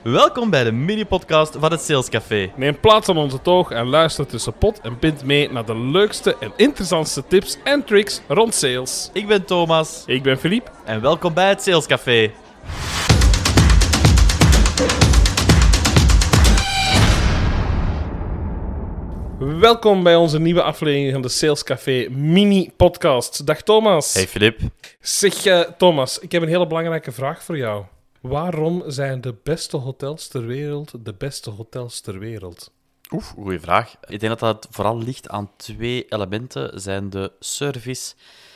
Welkom bij de mini-podcast van het Sales Café. Neem plaats aan onze toog en luister tussen pot en pint mee naar de leukste en interessantste tips en tricks rond sales. Ik ben Thomas Ik ben Philippe. en welkom bij het Sales Café. Welkom bij onze nieuwe aflevering van de Sales Café mini-podcast. Dag Thomas. Hey Filip. Zeg Thomas, ik heb een hele belangrijke vraag voor jou. Waarom zijn de beste hotels ter wereld de beste hotels ter wereld? Goeie vraag. Ik denk dat het vooral ligt aan twee elementen. Zijn de service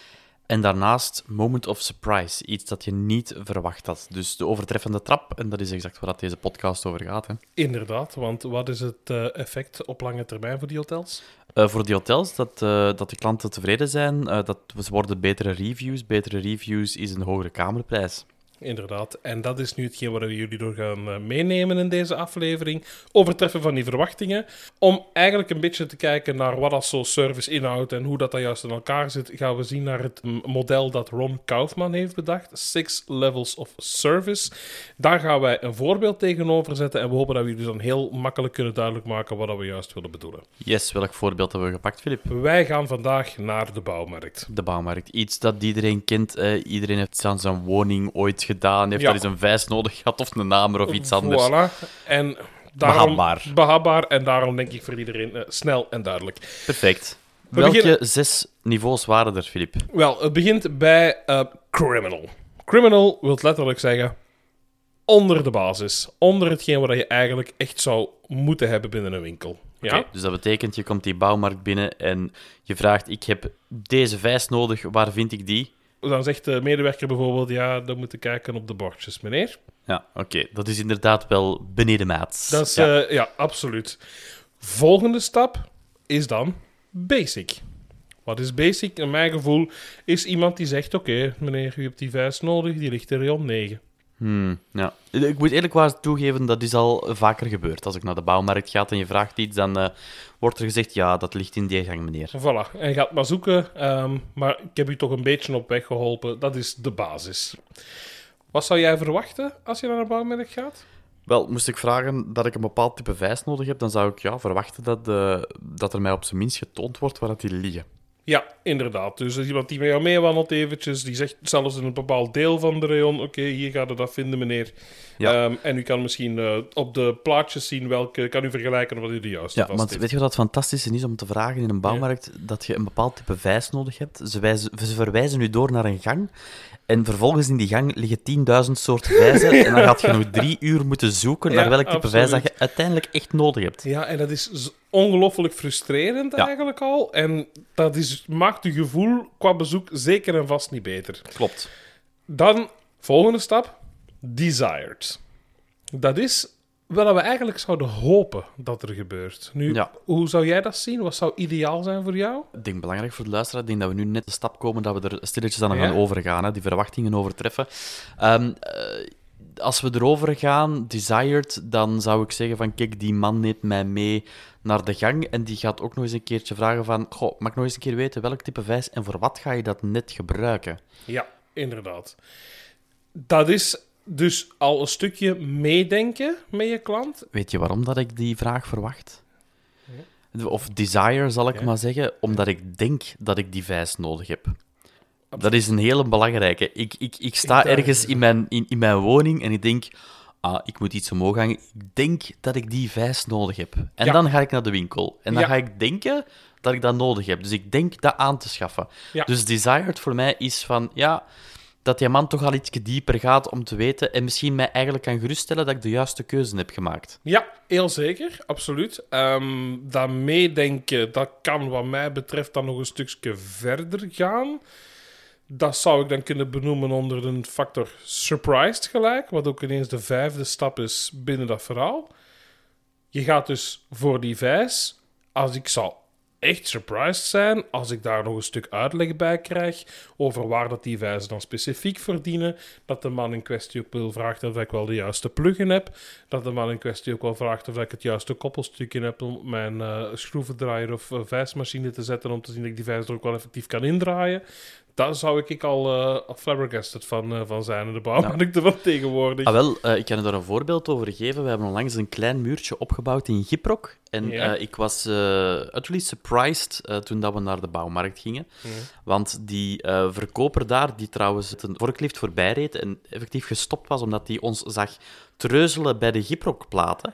en daarnaast moment of surprise. Iets dat je niet verwacht had. Dus de overtreffende trap. En dat is exact waar deze podcast over gaat. Hè. Inderdaad, want wat is het effect op lange termijn voor die hotels? Voor die hotels, dat de klanten tevreden zijn. Dat ze worden betere reviews. Betere reviews is een hogere kamerprijs. Inderdaad, en dat is nu hetgeen waar we jullie door gaan meenemen in deze aflevering. Overtreffen van die verwachtingen. Om eigenlijk een beetje te kijken naar wat als zo'n service inhoudt en hoe dat juist in elkaar zit, gaan we zien naar het model dat Ron Kaufman heeft bedacht. 6 Levels of Service. Daar gaan wij een voorbeeld tegenover zetten en we hopen dat we jullie dan heel makkelijk kunnen duidelijk maken wat we juist willen bedoelen. Yes, welk voorbeeld hebben we gepakt, Filip? Wij gaan vandaag naar de bouwmarkt. De bouwmarkt. Iets dat iedereen kent. Iedereen heeft het aan zijn woning ooit gedaan. Heeft Ja. daar eens een vijs nodig gehad of een namer of iets anders. Voilà. En daarom, Behapbaar. Behapbaar. En daarom denk ik voor iedereen snel en duidelijk. Perfect. We Welke beginnen- 6 niveaus waren er, Filip? Wel, het begint bij criminal. Criminal wil letterlijk zeggen onder de basis. Onder hetgeen wat je eigenlijk echt zou moeten hebben binnen een winkel. Ja? Oké, dus dat betekent, je komt die bouwmarkt binnen en je vraagt, ik heb deze vijs nodig, waar vind ik die? Dan zegt de medewerker bijvoorbeeld, ja, dan moet je kijken op de bordjes, meneer. Ja, oké. Dat is inderdaad wel beneden maat. Dat is, Ja. ja, absoluut. Volgende stap is dan basic. Wat is basic? In mijn gevoel is iemand die zegt, oké, meneer, u hebt die vijs nodig, die ligt er om 9. Ja. Ik moet eerlijk waar toegeven, dat is al vaker gebeurd. Als ik naar de bouwmarkt ga en je vraagt iets, dan wordt er gezegd, ja, dat ligt in die gang, meneer. Voilà, en gaat maar zoeken. Maar ik heb u toch een beetje op weg geholpen. Dat is de basis. Wat zou jij verwachten als je naar een bouwmarkt gaat? Wel, moest ik vragen dat ik een bepaald type vijs nodig heb, dan zou ik verwachten dat er mij op zijn minst getoond wordt waar dat die liggen. Ja, inderdaad. Dus iemand die met jou meewandelt eventjes, die zegt zelfs in een bepaald deel van de rayon, oké, hier gaat u dat vinden, meneer. Ja. En u kan misschien op de plaatjes zien welke, kan u vergelijken wat u de juiste Ja, vast want heeft. weet je wat het fantastische is om te vragen in een bouwmarkt? Dat je een bepaald type vijs nodig hebt. Ze verwijzen u door naar een gang. En vervolgens in die gang liggen 10.000 soorten vijzen. En dan gaat je nog 3 uur moeten zoeken Ja, naar welk type vijs dat absoluut. je uiteindelijk echt nodig hebt. Ja, en dat is ongelooflijk frustrerend Ja. eigenlijk al. En dat maakt je gevoel qua bezoek zeker en vast niet beter. Klopt. Dan, volgende stap, desired. Dat is wat we eigenlijk zouden hopen dat er gebeurt. Nu, Ja. hoe zou jij dat zien? Wat zou ideaal zijn voor jou? Ik denk belangrijk voor de luisteraar, ik denk dat we nu net de stap komen dat we er stilletjes aan gaan Ja. overgaan, hè, die verwachtingen overtreffen. Als we erover gaan, desired, dan zou ik zeggen van, kijk, die man neemt mij mee naar de gang en die gaat ook nog eens een keertje vragen van, goh, mag ik nog eens een keer weten welk type vijs en voor wat ga je dat net gebruiken? Ja, inderdaad. Dat is dus al een stukje meedenken met je klant. Weet je waarom dat ik die vraag verwacht? Of desire, zal ik Ja. maar zeggen, omdat ik denk dat ik die vijs nodig heb. Dat is een hele belangrijke. Ik sta Daar ergens is in mijn woning en ik denk, ik moet iets omhoog hangen. Ik denk dat ik die vijs nodig heb. En Ja. dan ga ik naar de winkel. En dan Ja. ga ik denken dat ik dat nodig heb. Dus ik denk dat aan te schaffen. Ja. Dus desired voor mij is van, dat die man toch al iets dieper gaat om te weten en misschien mij eigenlijk kan geruststellen dat ik de juiste keuze heb gemaakt. Ja, heel zeker, absoluut. Dat meedenken, dat kan wat mij betreft dan nog een stukje verder gaan. Dat zou ik dan kunnen benoemen onder de factor surprised gelijk, wat ook ineens de 5e stap is binnen dat verhaal. Je gaat dus voor die vijs, als ik zou echt surprised zijn als ik daar nog een stuk uitleg bij krijg over waar dat die vijzen dan specifiek voor dienen, dat de man in kwestie ook wil vraagt of ik wel de juiste plugin heb, dat de man in kwestie ook wel vraagt of ik het juiste koppelstukje heb om op mijn schroevendraaier of vijsmachine te zetten om te zien dat ik die vijs er ook wel effectief kan indraaien. Daar zou ik al flabbergasted van zijn in de bouwmarkten van tegenwoordig. Ah, wel, ik kan je daar een voorbeeld over geven. We hebben onlangs een klein muurtje opgebouwd in Gyproc. En ik was utterly surprised toen dat we naar de bouwmarkt gingen. Want die verkoper daar, die trouwens het een forklift voorbij reed en effectief gestopt was omdat hij ons zag treuzelen bij de Gyproc-platen.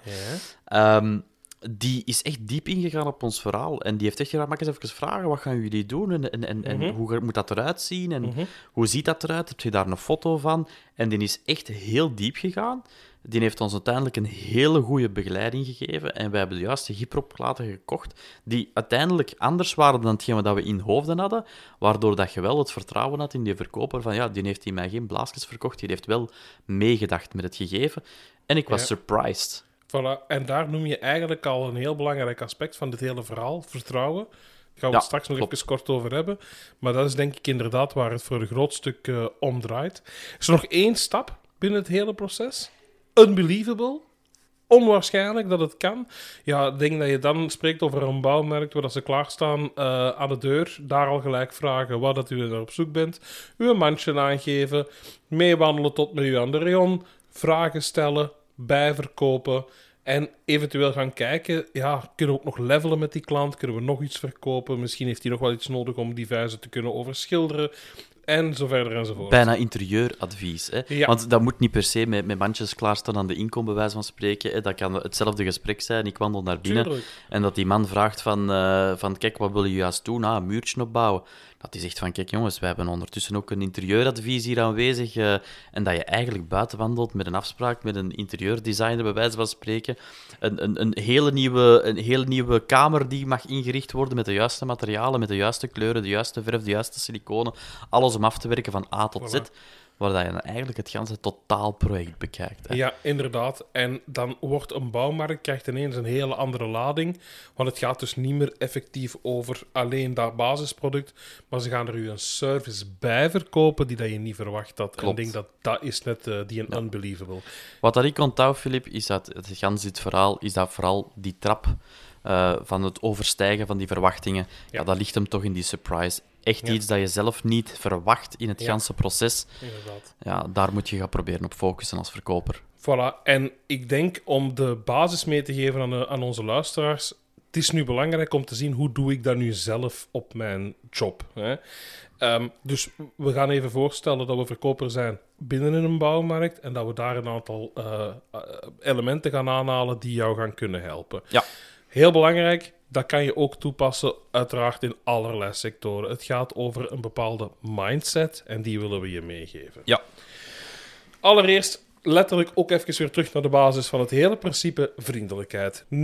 Die is echt diep ingegaan op ons verhaal. En die heeft echt gevraagd, mag ik eens even vragen, wat gaan jullie doen? En hoe moet dat eruit zien? En hoe ziet dat eruit? Heb je daar een foto van? En die is echt heel diep gegaan. Die heeft ons uiteindelijk een hele goede begeleiding gegeven. En wij hebben de juiste Gyproc-platen gekocht, die uiteindelijk anders waren dan hetgeen wat we in hoofden hadden, waardoor dat je wel het vertrouwen had in die verkoper van, ja, die heeft mij geen blaasjes verkocht, die heeft wel meegedacht met het gegeven. En ik was surprised. Voilà. En daar noem je eigenlijk al een heel belangrijk aspect van dit hele verhaal, vertrouwen. Daar gaan we het straks nog even kort over hebben. Maar dat is denk ik inderdaad waar het voor een groot stuk om draait. Is er nog één stap binnen het hele proces? Unbelievable. Onwaarschijnlijk dat het kan. Ja, ik denk dat je dan spreekt over een bouwmarkt waar dat ze klaarstaan aan de deur. Daar al gelijk vragen wat dat u naar op zoek bent. Uw mandje aangeven. Meewandelen tot met u aan de rayon. Vragen stellen. Bijverkopen. En eventueel gaan kijken, ja, kunnen we ook nog levelen met die klant? Kunnen we nog iets verkopen? Misschien heeft hij nog wel iets nodig om die vuizen te kunnen overschilderen. En zo verder enzovoort. Bijna interieuradvies. Hè? Ja. Want dat moet niet per se met mandjes klaarstaan aan de inkom, bij wijze van spreken. Hè? Dat kan hetzelfde gesprek zijn. Ik wandel naar binnen en dat die man vraagt van kijk, wat wil je juist doen? Een muurtje opbouwen. Dat hij zegt van, kijk jongens, wij hebben ondertussen ook een interieuradvies hier aanwezig. En dat je eigenlijk buiten wandelt met een afspraak met een interieurdesigner, bij wijze van spreken. Een hele nieuwe kamer die mag ingericht worden met de juiste materialen, met de juiste kleuren, de juiste verf, de juiste siliconen. Alles om af te werken van A tot Z. Waar dat je dan eigenlijk het ganse totaalproject bekijkt. Hè. Ja, inderdaad. En dan wordt een bouwmarkt, krijgt ineens een hele andere lading. Want het gaat dus niet meer effectief over alleen dat basisproduct. Maar ze gaan er u een service bij verkopen die dat je niet verwacht had. Klopt. En ik denk dat is net die unbelievable. Wat dat ik onthoud, Filip, is dat het gans dit verhaal, is dat vooral die trap van het overstijgen van die verwachtingen. Ja, dat ligt hem toch in die surprise. Echt iets dat je zelf niet verwacht in het ganse proces. Inderdaad. Ja, daar moet je gaan proberen op focussen als verkoper. Voilà. En ik denk om de basis mee te geven aan onze luisteraars, het is nu belangrijk om te zien hoe doe ik dat nu zelf op mijn job. Hè? Dus we gaan even voorstellen dat we verkoper zijn binnen een bouwmarkt en dat we daar een aantal elementen gaan aanhalen die jou gaan kunnen helpen. Ja. Heel belangrijk, dat kan je ook toepassen, uiteraard in allerlei sectoren. Het gaat over een bepaalde mindset en die willen we je meegeven. Ja. Allereerst, letterlijk ook even weer terug naar de basis van het hele principe vriendelijkheid. 90%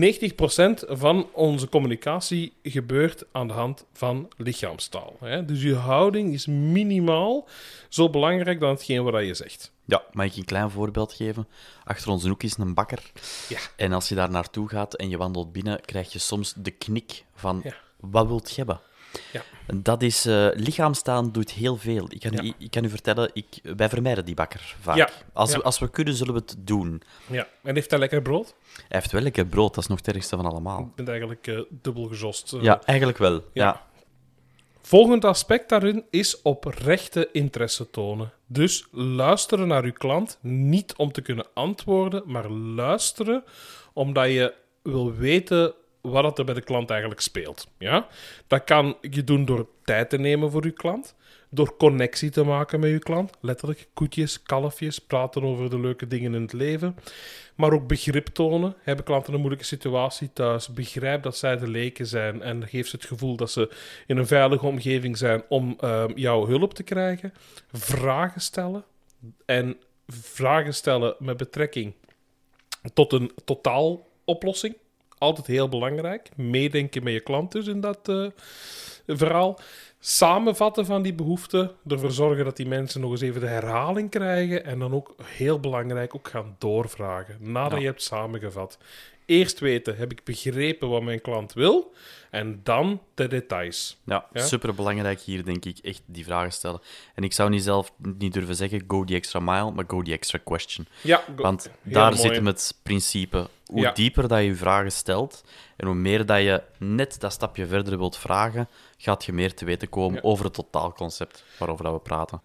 van onze communicatie gebeurt aan de hand van lichaamstaal. Hè? Dus je houding is minimaal zo belangrijk dan hetgeen wat je zegt. Ja, mag ik een klein voorbeeld geven? Achter onze hoek is een bakker. Ja. En als je daar naartoe gaat en je wandelt binnen, krijg je soms de knik van, wat wilt je hebben? Ja. Dat is, lichaamstaal doet heel veel. Ik kan u vertellen, wij vermijden die bakker vaak. Ja. Als we kunnen, zullen we het doen. Ja. En heeft hij lekker brood? Hij heeft wel lekker brood, dat is nog het ergste van allemaal. Ik ben eigenlijk dubbel gezost. Ja, eigenlijk wel. Ja. Volgend aspect daarin is oprechte interesse tonen. Dus luisteren naar uw klant, niet om te kunnen antwoorden, maar luisteren omdat je wil weten wat er bij de klant eigenlijk speelt. Ja? Dat kan je doen door tijd te nemen voor uw klant, door connectie te maken met uw klant, letterlijk koetjes, kalfjes, praten over de leuke dingen in het leven, maar ook begrip tonen. Hebben klanten een moeilijke situatie thuis, begrijp dat zij de leken zijn en geef ze het gevoel dat ze in een veilige omgeving zijn om jouw hulp te krijgen. Vragen stellen en vragen stellen met betrekking tot een totaaloplossing. Altijd heel belangrijk. Meedenken met je klant dus in dat verhaal. Samenvatten van die behoeften. Ervoor zorgen dat die mensen nog eens even de herhaling krijgen. En dan ook, heel belangrijk, ook gaan doorvragen. Nadat je hebt samengevat. Eerst weten, heb ik begrepen wat mijn klant wil? En dan de details. Ja, superbelangrijk hier, denk ik. Echt die vragen stellen. En ik zou zelf niet durven zeggen, go the extra mile, maar go the extra question. Ja, want daar zit hem het principe hoe dieper dat je je vragen stelt en hoe meer dat je net dat stapje verder wilt vragen, gaat je meer te weten komen over het totaalconcept waarover dat we praten.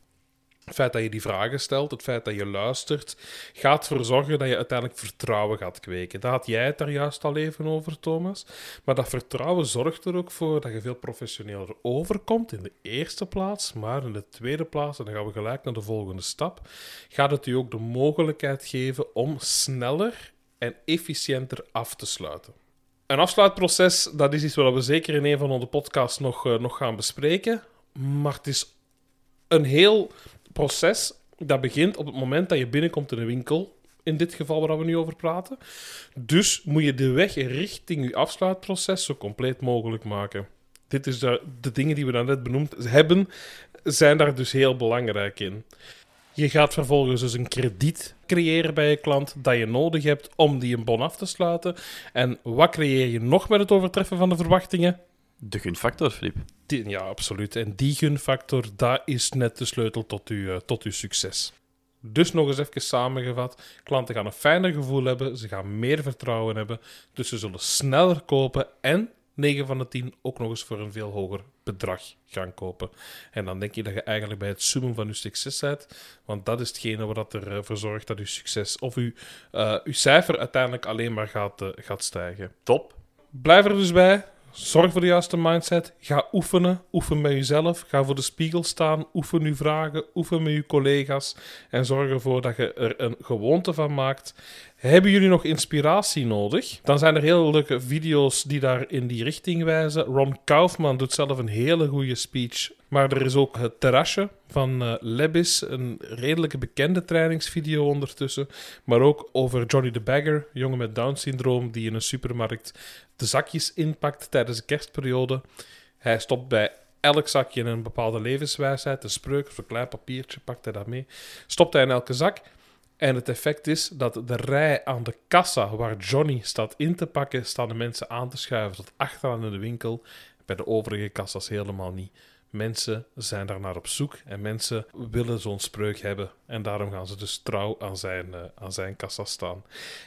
Het feit dat je die vragen stelt, het feit dat je luistert, gaat ervoor zorgen dat je uiteindelijk vertrouwen gaat kweken. Daar had jij het daar juist al even over, Thomas. Maar dat vertrouwen zorgt er ook voor dat je veel professioneler overkomt in de eerste plaats. Maar in de tweede plaats, en dan gaan we gelijk naar de volgende stap, gaat het je ook de mogelijkheid geven om sneller en efficiënter af te sluiten. Een afsluitproces, dat is iets wat we zeker in een van onze podcasts nog gaan bespreken. Maar het is een heel proces dat begint op het moment dat je binnenkomt in een winkel, in dit geval waar we nu over praten. Dus moet je de weg richting je afsluitproces zo compleet mogelijk maken. Dit is de dingen die we daarnet benoemd hebben, zijn daar dus heel belangrijk in. Je gaat vervolgens dus een krediet creëren bij je klant dat je nodig hebt om die een bon af te sluiten. En wat creëer je nog met het overtreffen van de verwachtingen? De gunfactor, Filip. Ja, absoluut. En die gunfactor, dat is net de sleutel tot uw succes. Dus nog eens even samengevat. Klanten gaan een fijner gevoel hebben, ze gaan meer vertrouwen hebben, dus ze zullen sneller kopen en 9 van de 10 ook nog eens voor een veel hoger bedrag gaan kopen. En dan denk je dat je eigenlijk bij het summen van je succes bent, want dat is hetgene wat ervoor zorgt dat uw succes of uw cijfer uiteindelijk alleen maar gaat stijgen. Top. Blijf er dus bij. Zorg voor de juiste mindset. Ga oefenen. Oefen met jezelf. Ga voor de spiegel staan. Oefen uw vragen. Oefen met je collega's. En zorg ervoor dat je er een gewoonte van maakt. Hebben jullie nog inspiratie nodig? Dan zijn er heel leuke video's die daar in die richting wijzen. Ron Kaufman doet zelf een hele goede speech. Maar er is ook het terrasje van Lebis, een redelijke bekende trainingsvideo ondertussen. Maar ook over Johnny the Bagger, jongen met Down-syndroom, die in een supermarkt de zakjes inpakt tijdens de kerstperiode. Hij stopt bij elk zakje een bepaalde levenswijsheid, een spreuk of een klein papiertje, pakt hij dat mee. Stopt hij in elke zak. En het effect is dat de rij aan de kassa waar Johnny staat in te pakken, staan de mensen aan te schuiven tot achteraan in de winkel. Bij de overige kassa's helemaal niet. Mensen zijn daar naar op zoek en mensen willen zo'n spreuk hebben. En daarom gaan ze dus trouw aan zijn kassa staan.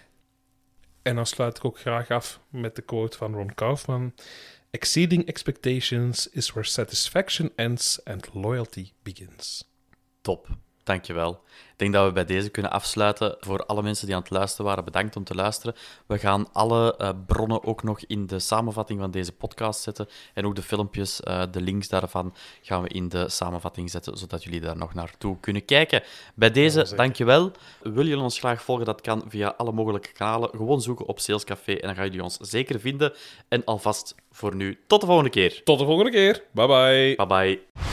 En dan sluit ik ook graag af met de quote van Ron Kaufman. Exceeding expectations is where satisfaction ends and loyalty begins. Top. Dankjewel. Ik denk dat we bij deze kunnen afsluiten. Voor alle mensen die aan het luisteren waren, bedankt om te luisteren. We gaan alle bronnen ook nog in de samenvatting van deze podcast zetten. En ook de filmpjes, de links daarvan, gaan we in de samenvatting zetten, zodat jullie daar nog naartoe kunnen kijken. Bij deze, dankjewel. Wil je ons graag volgen? Dat kan via alle mogelijke kanalen. Gewoon zoeken op Sales Café en dan gaan jullie ons zeker vinden. En alvast voor nu, tot de volgende keer. Tot de volgende keer. Bye bye. Bye bye.